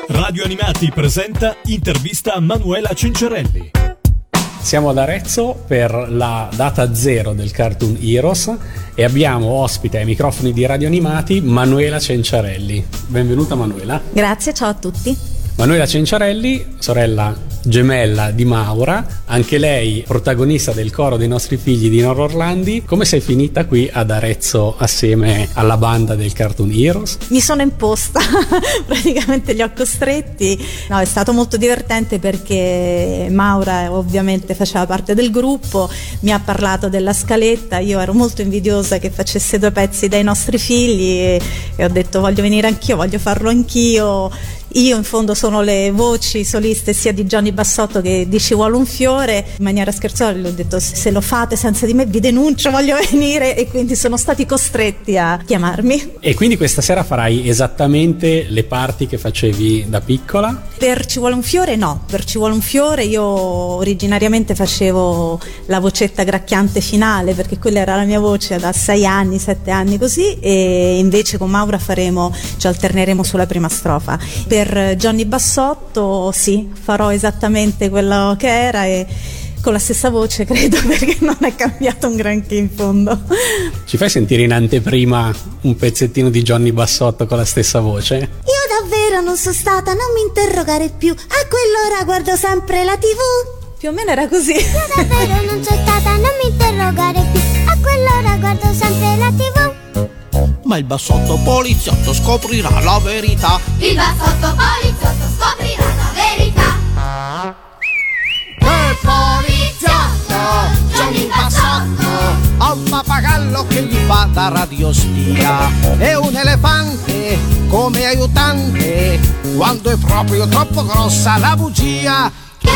Radio Animati presenta Intervista a Manuela Cencerelli. Siamo ad Arezzo per la data 0 del Cartoon Heroes e abbiamo ospite ai microfoni di Radio Animati Manuela Cencerelli. Benvenuta Manuela. Grazie, ciao a tutti. Manuela Cencerelli, sorella gemella di Maura, anche lei protagonista del coro dei nostri figli di Noro Orlandi. Come sei finita qui ad Arezzo assieme alla banda del Cartoon Heroes? Mi sono imposta, praticamente li ho costretti. No, è stato molto divertente perché Maura ovviamente faceva parte del gruppo, mi ha parlato della scaletta, io ero molto invidiosa che facesse 2 pezzi dai nostri figli e ho detto voglio venire anch'io, voglio farlo anch'io. Io in fondo sono le voci soliste sia di Gianni Bassotto che di Ci vuole un fiore. In maniera scherzosa gli ho detto se lo fate senza di me vi denuncio, voglio venire, e quindi sono stati costretti a chiamarmi. E quindi questa sera farai esattamente le parti che facevi da piccola? Per Ci vuole un fiore no, per Ci vuole un fiore io originariamente facevo la vocetta gracchiante finale perché quella era la mia voce da 6 anni, 7 anni così, e invece con Maura ci alterneremo sulla prima strofa. Per Gianni Bassotto sì, farò esattamente quello che era e con la stessa voce credo, perché non è cambiato un granché in fondo. Ci fai sentire in anteprima un pezzettino di Gianni Bassotto con la stessa voce? Io davvero non sono stata, non mi interrogare più, a quell'ora guardo sempre la TV. Più o meno era così. Io davvero non sono stata, non mi interrogare più, a quell'ora guardo sempre la TV. Ma il bassotto poliziotto scoprirà la verità. Il bassotto poliziotto scoprirà la verità. Che poliziotto, Gianni Bassotto, ha un pappagallo che gli fa da radiospia e un elefante come aiutante quando è proprio troppo grossa la bugia. Che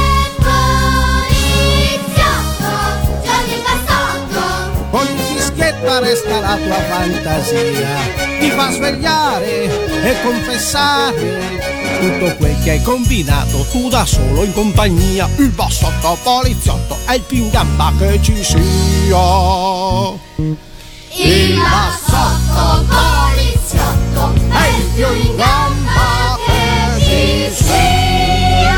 poliziotto, Gianni Bassotto, Ogni fischietta resta la tua fantasia, ti fa svegliare e confessare tutto quel che hai combinato tu da solo in compagnia. Il bassotto poliziotto è il più in gamba che ci sia. il bassotto poliziotto è il più in gamba che ci sia.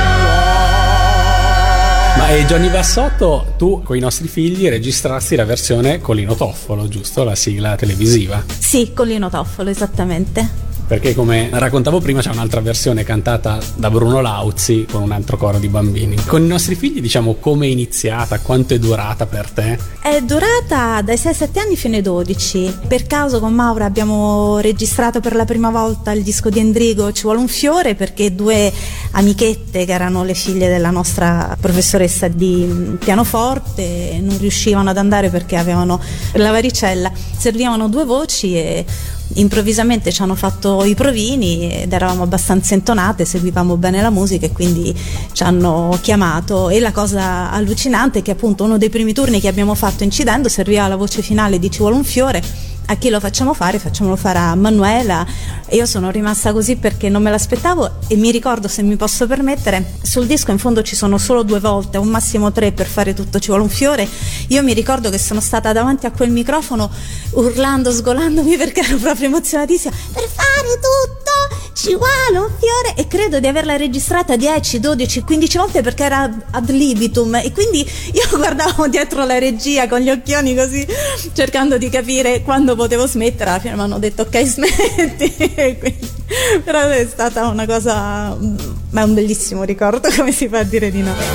Ma Gianni Bassotto, tu con i nostri figli registrasti la versione con Lino Toffolo, giusto? La sigla televisiva. Sì, con Lino Toffolo, esattamente. Perché come raccontavo prima c'è un'altra versione cantata da Bruno Lauzi con un altro coro di bambini. Con i nostri figli, diciamo, come è iniziata? Quanto è durata per te? È durata dai 6-7 anni fino ai 12. Per caso con Maura abbiamo registrato per la prima volta il disco di Endrigo Ci vuole un fiore, perché 2 amichette che erano le figlie della nostra professoressa di pianoforte non riuscivano ad andare perché avevano la varicella. Servivano 2 voci e improvvisamente ci hanno fatto i provini ed eravamo abbastanza intonate, seguivamo bene la musica e quindi ci hanno chiamato. E la cosa allucinante è che appunto uno dei primi turni che abbiamo fatto incidendo serviva la voce finale di Ci vuole un fiore. A chi lo facciamo fare? Facciamolo fare a Manuela. E io sono rimasta così perché non me l'aspettavo e mi ricordo, se mi posso permettere, sul disco in fondo ci sono solo 2 volte, un massimo 3 per fare tutto Ci vuole un fiore. Io mi ricordo che sono stata davanti a quel microfono urlando, sgolandomi perché ero proprio emozionatissima. Per fare tutto Ci vuole un fiore, e credo di averla registrata 10, 12, 15 volte perché era ad libitum, e quindi io guardavo dietro la regia con gli occhioni così cercando di capire quando potevo smettere. Alla fine mi hanno detto ok, smetti. Quindi, però è stata una cosa, ma è un bellissimo ricordo, come si fa a dire di no.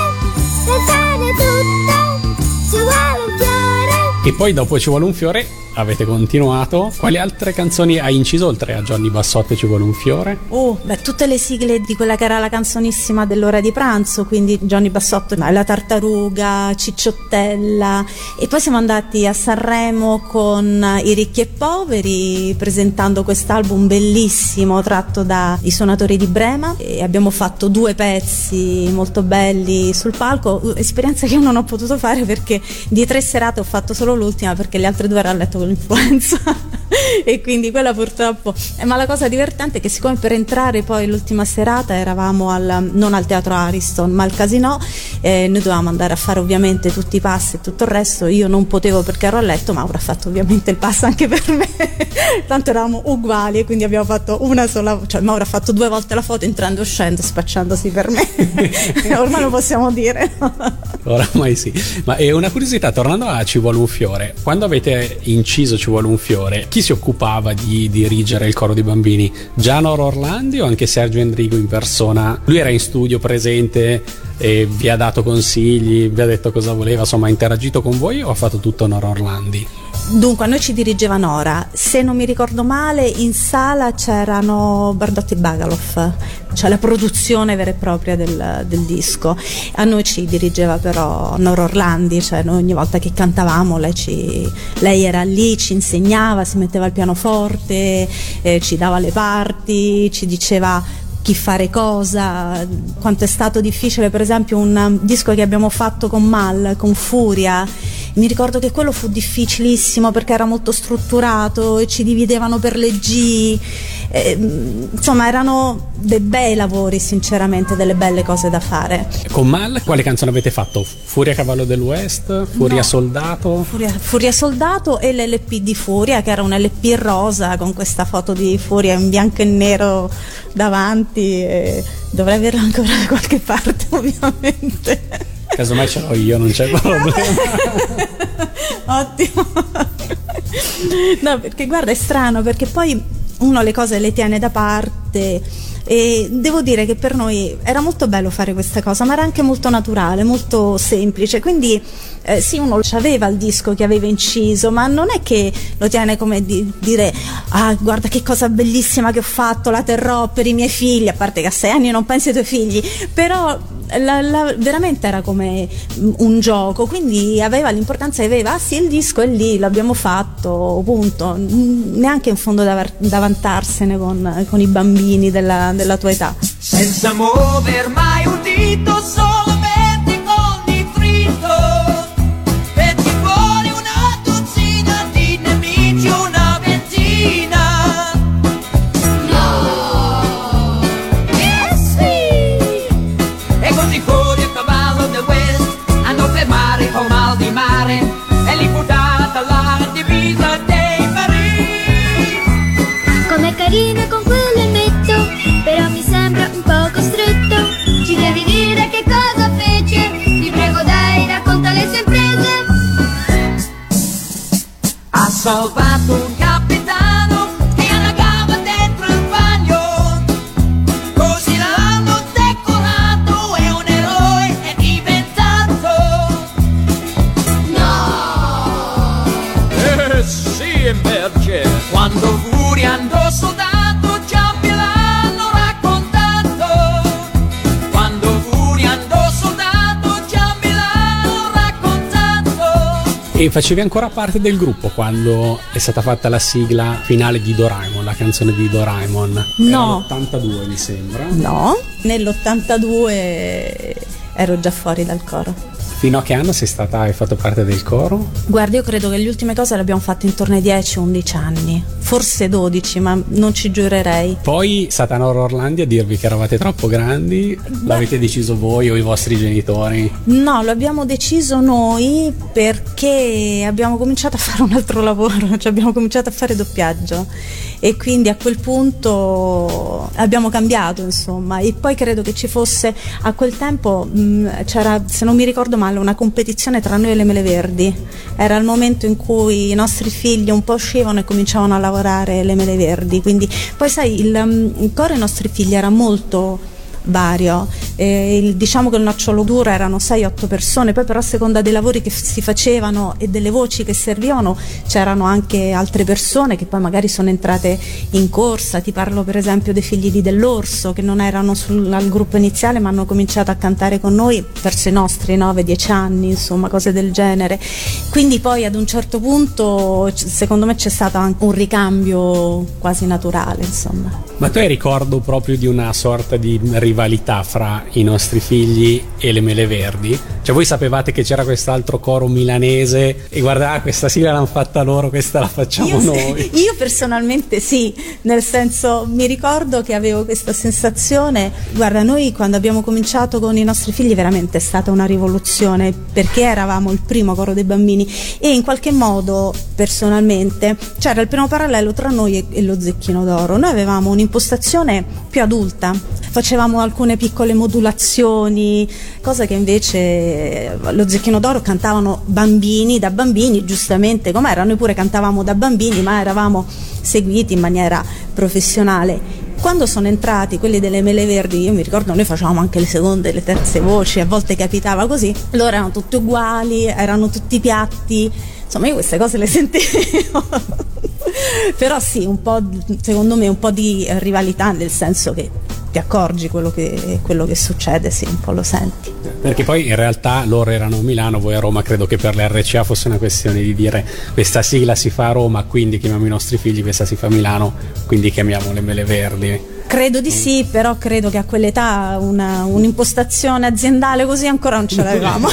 E poi dopo Ci vuole un fiore avete continuato. Quali altre canzoni hai inciso oltre a Johnny Bassotto e Ci vuole un fiore? Tutte le sigle di quella che era la canzonissima dell'ora di pranzo, quindi Johnny Bassotto, La Tartaruga, Cicciottella, e poi siamo andati a Sanremo con I Ricchi e Poveri presentando quest'album bellissimo tratto da I Suonatori di Brema, e abbiamo fatto 2 pezzi molto belli sul palco, esperienza che io non ho potuto fare perché di 3 serate ho fatto solo l'ultima, perché le altre 2 erano a letto con l'influenza e quindi quella purtroppo. Ma la cosa divertente è che siccome per entrare poi l'ultima serata eravamo non al Teatro Ariston ma al Casino, noi dovevamo andare a fare ovviamente tutti i passi e tutto il resto. Io non potevo perché ero a letto, ma avrà fatto ovviamente il pass anche per me tanto eravamo uguali, e quindi abbiamo fatto una sola, cioè Mauro ha fatto 2 volte la foto entrando e uscendo, spacciandosi per me ormai lo possiamo dire. Oramai sì. Ma è una curiosità, tornando a Ci vuole un fiore, quando avete inciso Ci vuole un fiore, chi si occupava di dirigere il coro di bambini? Già Noro Orlandi o anche Sergio Endrigo in persona? Lui era in studio presente e vi ha dato consigli, vi ha detto cosa voleva, insomma ha interagito con voi, o ha fatto tutto Noro Orlandi? Dunque a noi ci dirigeva Nora, se non mi ricordo male in sala c'erano Bardotti e Bagalov, cioè la produzione vera e propria del disco. A noi ci dirigeva però Nora Orlandi, cioè noi ogni volta che cantavamo lei era lì, ci insegnava, si metteva al pianoforte, ci dava le parti, ci diceva chi fare cosa, quanto è stato difficile per esempio un disco che abbiamo fatto con Mal, con Furia. Mi ricordo che quello fu difficilissimo perché era molto strutturato e ci dividevano per le G, insomma erano dei bei lavori, sinceramente, delle belle cose da fare. Con Mal quale canzone avete fatto? Furia Cavallo del West? Furia No. Soldato? Furia Soldato e l'LP di Furia, che era un LP rosa con questa foto di Furia in bianco e nero davanti, e dovrei averla ancora da qualche parte ovviamente. Casomai ce l'ho io, non c'è problema. Ottimo. No, perché guarda, è strano perché poi uno le cose le tiene da parte, e devo dire che per noi era molto bello fare questa cosa, ma era anche molto naturale, molto semplice, quindi sì, uno aveva il disco che aveva inciso, ma non è che lo tiene come dire guarda che cosa bellissima che ho fatto, la terrò per i miei figli, a parte che a 6 anni non pensi ai tuoi figli, però veramente era come un gioco, quindi aveva l'importanza, aveva sì il disco è lì, l'abbiamo fatto, punto, neanche in fondo da vantarsene con i bambini della tua età. Senza muover mai un dito, solamente con il fritto, e ci vuole una dozzina di nemici, una ventina. No! Sì! E così fuori il cavallo del West andò per mare con mal di mare, e li buttata la divisa dei Parigi. Com'è carina con quell'elmetto, però mi sembra un po' costretto. Ci devi dire che cosa fece? Ti prego dai, racconta le sue imprese. Ha salvato un capitano che annegava dentro il bagno, così l'hanno decorato e un eroe è diventato. No! Sì, invece, quando Furia andò soldato, già me l'hanno raccontato. Quando Furia andò soldato, già me l'hanno raccontato. E facevi ancora parte del gruppo quando è stata fatta la sigla finale di Doraemon, la canzone di Doraemon? No. Era l'82 mi sembra. No, nell'82 ero già fuori dal coro. Fino a che anno hai fatto parte del coro? Guarda, io credo che le ultime cose le abbiamo fatte intorno ai 10-11 anni, forse 12, ma non ci giurerei. Poi Satanoro Orlandi a dirvi che eravate troppo grandi, l'avete deciso voi o i vostri genitori? No, lo abbiamo deciso noi perché abbiamo cominciato a fare un altro lavoro, cioè abbiamo cominciato a fare doppiaggio, e quindi a quel punto abbiamo cambiato, insomma. E poi credo che ci fosse a quel tempo c'era, se non mi ricordo male, una competizione tra noi e le Mele Verdi. Era il momento in cui i nostri figli un po' uscivano e cominciavano a lavorare le Mele Verdi, quindi poi sai il coro dei nostri figli era molto vario, Diciamo che il nocciolo duro erano 6-8 persone, poi però a seconda dei lavori che si facevano e delle voci che servivano c'erano anche altre persone che poi magari sono entrate in corsa. Ti parlo per esempio dei Figli di Dell'Orso, che non erano al gruppo iniziale ma hanno cominciato a cantare con noi verso i nostri 9-10 anni, insomma cose del genere. Quindi poi ad un certo punto secondo me c'è stato anche un ricambio quasi naturale, insomma. Ma tu hai ricordo proprio di una sorta di rivalità fra i nostri figli e le Mele Verdi? Cioè voi sapevate che c'era quest'altro coro milanese e guarda, questa sigla l'hanno fatta loro, questa la facciamo noi. Io personalmente sì, nel senso mi ricordo che avevo questa sensazione. Guarda, noi quando abbiamo cominciato con i nostri figli veramente è stata una rivoluzione, perché eravamo il primo coro dei bambini e in qualche modo personalmente c'era il primo parallelo tra noi e lo Zecchino d'Oro. Noi avevamo un'impostazione più adulta, facevamo alcune piccole modulazioni, cosa che invece lo Zecchino d'Oro cantavano bambini, da bambini giustamente com'era, noi pure cantavamo da bambini ma eravamo seguiti in maniera professionale. Quando sono entrati quelli delle Mele Verdi, io mi ricordo noi facevamo anche le seconde e le terze voci, a volte capitava così, loro erano tutti uguali, erano tutti piatti, insomma io queste cose le sentivo. Però sì, un po', secondo me un po' di rivalità, nel senso che ti accorgi quello che succede, sì, un po' lo senti. Perché poi in realtà loro erano a Milano, voi a Roma. Credo che per le RCA fosse una questione di dire questa sigla si fa a Roma, quindi chiamiamo i nostri figli, questa si fa a Milano, quindi chiamiamo le Mele Verdi. Credo di sì, però credo che a quell'età un'impostazione aziendale così ancora non ce l'avevamo.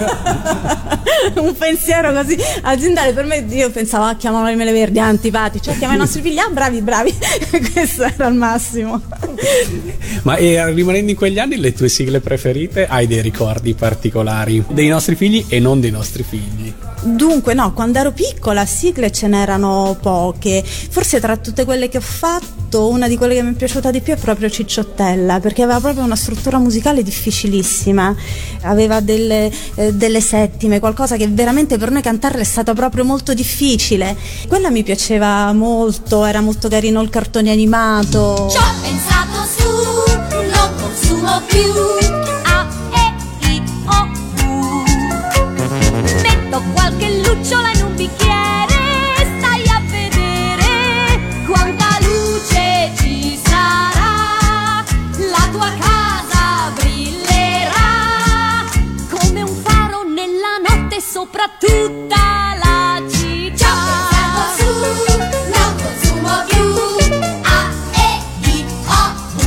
Un pensiero così aziendale, per me, io pensavo chiamano le Mele Verdi, antipatici, cioè chiamano i nostri figli, bravi, questo era il massimo. Ma rimanendo in quegli anni, le tue sigle preferite, hai dei ricordi particolari dei nostri figli e non dei nostri figli? Dunque no, quando ero piccola sigle ce n'erano poche, forse tra tutte quelle che ho fatto una di quelle che mi è piaciuta di più è proprio Cicciottella, perché aveva proprio una struttura musicale difficilissima, aveva delle settime, qualcosa che veramente per noi cantarla è stato proprio molto difficile. Quella mi piaceva molto, era molto carino il cartone animato. Ci ho pensato su, non consumo più A, E, I, O, U. Metto qualche lucciola in un bicchiere, stai a vedere quanta luce ci sarà. La tua casa brillerà come un faro nella notte sopra tutta la città. Ci ho pensato su, non consumo più A, E, I, O,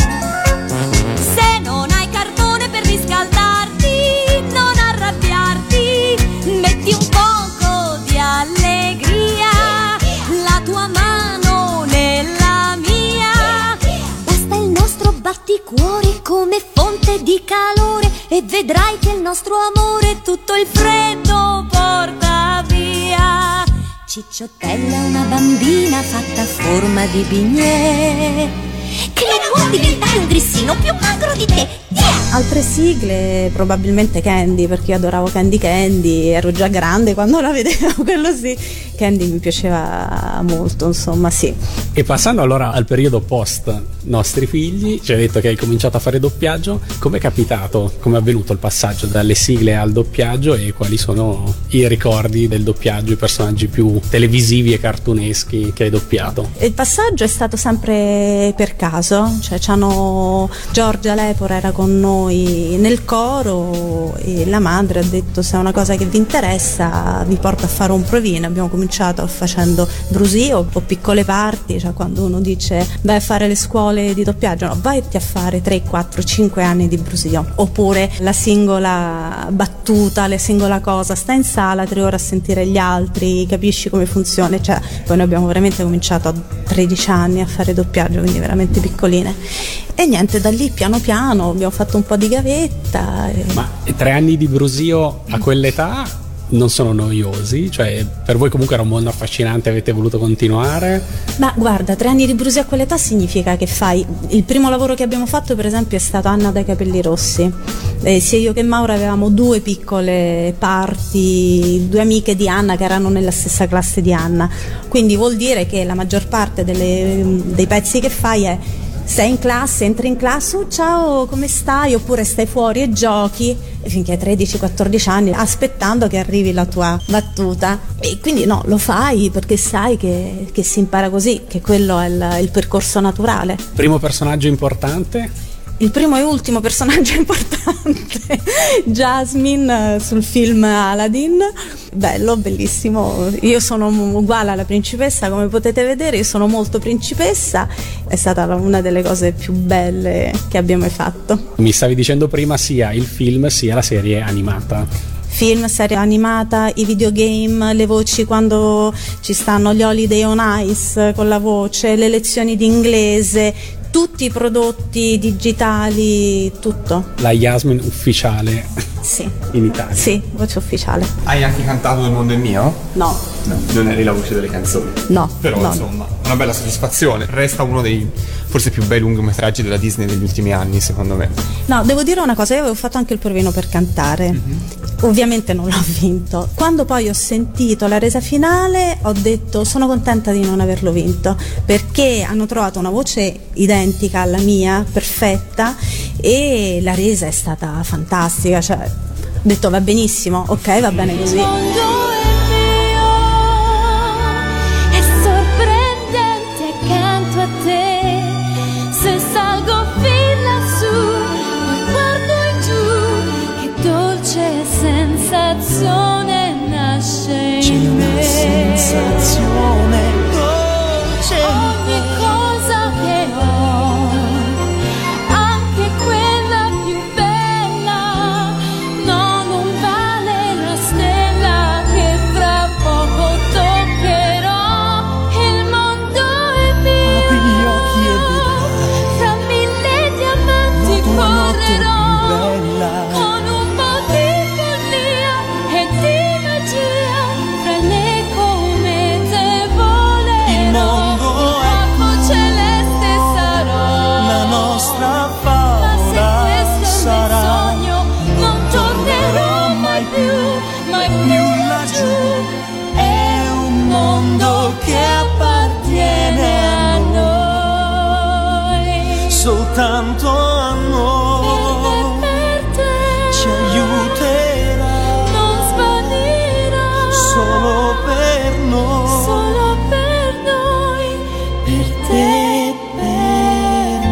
U. Se non hai carbone per riscaldarti, non arrabbiarti, metti un poco di allegria, la tua mano nella mia. Basta il nostro batticuore come fonte di calore e vedrai che il nostro amore tutto il freddo porta via. Cicciottella è una bambina fatta a forma di bignè, che non può diventare un grissino più magro di te. Altre sigle, probabilmente Candy, perché io adoravo Candy, ero già grande quando la vedevo, quello sì. Candy mi piaceva molto, insomma, sì. E passando allora al periodo post nostri figli, ci hai detto che hai cominciato a fare doppiaggio. Com'è capitato, come è avvenuto il passaggio dalle sigle al doppiaggio e quali sono i ricordi del doppiaggio, i personaggi più televisivi e cartuneschi che hai doppiato? Il passaggio è stato sempre per caso, cioè Giorgia Lepora era con noi nel coro e la madre ha detto: se è una cosa che vi interessa vi porto a fare un provino. Abbiamo cominciato facendo brusio o piccole parti, cioè quando uno dice vai a fare le scuole di doppiaggio, no, vai a fare 3, 4, 5 anni di brusio, oppure la singola battuta, la singola cosa, sta in sala 3 ore a sentire gli altri, capisci come funziona, cioè poi noi abbiamo veramente cominciato a 13 anni a fare doppiaggio, quindi veramente piccoline, e niente, da lì piano piano abbiamo fatto un po' di gavetta. Ma 3 anni di brusio a quell'età non sono noiosi? Cioè per voi comunque era un mondo affascinante, avete voluto continuare? Ma guarda, 3 anni di brusio a quell'età significa che fai, il primo lavoro che abbiamo fatto per esempio è stato Anna dai capelli rossi, sia io che Maura avevamo 2 piccole parti, 2 amiche di Anna che erano nella stessa classe di Anna, quindi vuol dire che la maggior parte dei pezzi che fai è sei in classe, entri in classe, oh, ciao, come stai? Oppure stai fuori e giochi, e finché hai 13-14 anni, aspettando che arrivi la tua battuta. E quindi no, lo fai perché sai che si impara così, che quello è il percorso naturale. Primo personaggio importante? Il primo e ultimo personaggio importante, Jasmine, sul film Aladdin. Bello, bellissimo. Io sono uguale alla principessa, come potete vedere, io sono molto principessa. È stata una delle cose più belle che abbiamo mai fatto. Mi stavi dicendo prima sia il film sia la serie animata. Film, serie animata, i videogame, le voci quando ci stanno gli Holiday on Ice con la voce, le lezioni di inglese, tutti i prodotti digitali, tutto. La Jasmine ufficiale. Sì. In Italia. Sì, voce ufficiale. Hai anche cantato Il mondo è mio? No. No, non eri la voce delle canzoni. No. Però no. insomma, una bella soddisfazione. Resta uno dei forse più bei lungometraggi della Disney degli ultimi anni, secondo me. No, devo dire una cosa, io avevo fatto anche il provino per cantare. Ovviamente non l'ho vinto. Quando poi ho sentito la resa finale ho detto sono contenta di non averlo vinto, perché hanno trovato una voce identica alla mia, perfetta, e la resa è stata fantastica, cioè ho detto va benissimo, ok, va bene così. È sorprendente accanto a te, se salgo fin lassù, poi guardo in giù, che dolce sensazione nasce in me. Sensazione dolce. Ogni cosa che ho, anche quella più bella, no, non vale la stella che fra poco toccherò. Il mondo è mio, apri gli occhi e vedrai fra mille diamanti la tua notte correrò, più bella. con un po' di follia e di magia, fra le comete volerò. Il mondo è Un uomo celeste sarò. la nostra Ma se favola questo è sarà. il sogno, non tornerò mai più laggiù. È un mondo che appartiene a noi. Soltanto a noi Per te ci aiuterà, non svanirà. solo per noi, Solo per noi, per te e per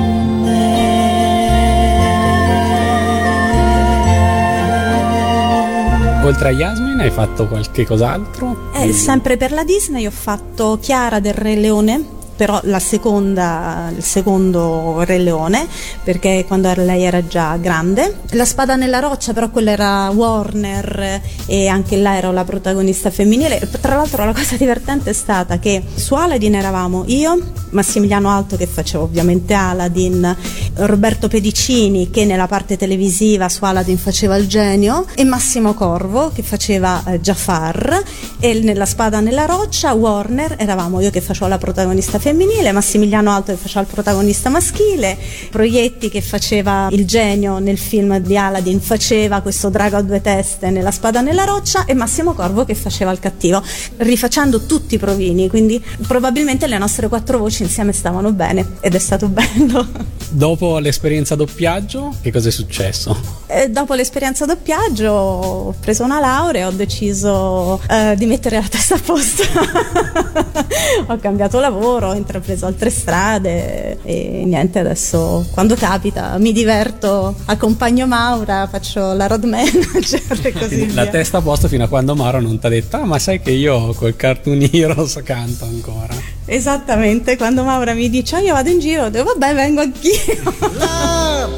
me. Oltre a Jasmine hai fatto qualche cos'altro? Sempre per la Disney ho fatto Chiara del Re Leone, però il secondo Re Leone, perché quando lei era già grande. La Spada nella roccia, però quella era Warner e anche là ero la protagonista femminile. Tra l'altro la cosa divertente è stata che su Aladdin eravamo io, Massimiliano Alto che faceva ovviamente Aladdin, Roberto Pedicini che nella parte televisiva su Aladdin faceva il genio, e Massimo Corvo che faceva Jafar, e nella Spada nella roccia Warner eravamo io che facevo la protagonista femminile, Massimiliano Alto che faceva il protagonista maschile, Proietti che faceva il genio nel film di Aladdin, faceva questo drago a due teste nella Spada nella roccia, e Massimo Corvo che faceva il cattivo, rifacendo tutti i provini, quindi probabilmente le nostre 4 voci insieme stavano bene ed è stato bello. Dopo l'esperienza doppiaggio, che cosa è successo? Dopo l'esperienza doppiaggio ho preso una laurea e ho deciso di mettere la testa a posto. Ho cambiato lavoro, ho intrapreso altre strade e niente, adesso quando capita mi diverto, accompagno Maura, faccio la road manager e così La via. testa a posto fino a quando Mauro non ti ha detto ma sai che io col Cartoon Heroes canto ancora. Esattamente, quando Maura mi dice io vado in giro, dico vabbè vengo anch'io. La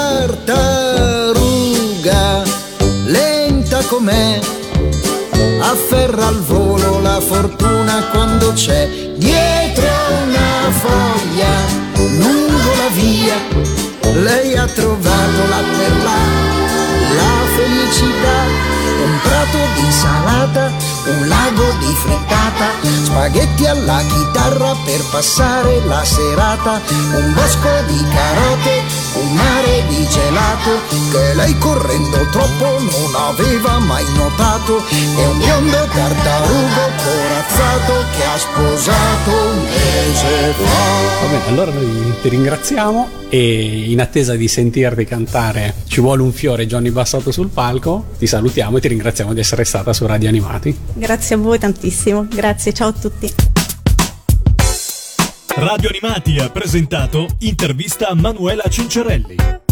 tartaruga, lenta com'è, afferra al volo la fortuna quando c'è dietro una foglia, lungo la via, lei ha trovato là per là la felicità. Un prato di salata, un lago di frittata, spaghetti alla chitarra per passare la serata, un bosco di carote, un mare di gelato. pelato che lei correndo troppo non aveva mai notato, e un biondo tartarugo corazzato che ha sposato un mese fa. Va bene, allora noi ti ringraziamo e in attesa di sentirti cantare Ci vuole un fiore Johnny Bassato sul palco, ti salutiamo e ti ringraziamo di essere stata su Radio Animati. Grazie a voi tantissimo, grazie, ciao a tutti. Radio Animati ha presentato Intervista a Manuela Cincerelli.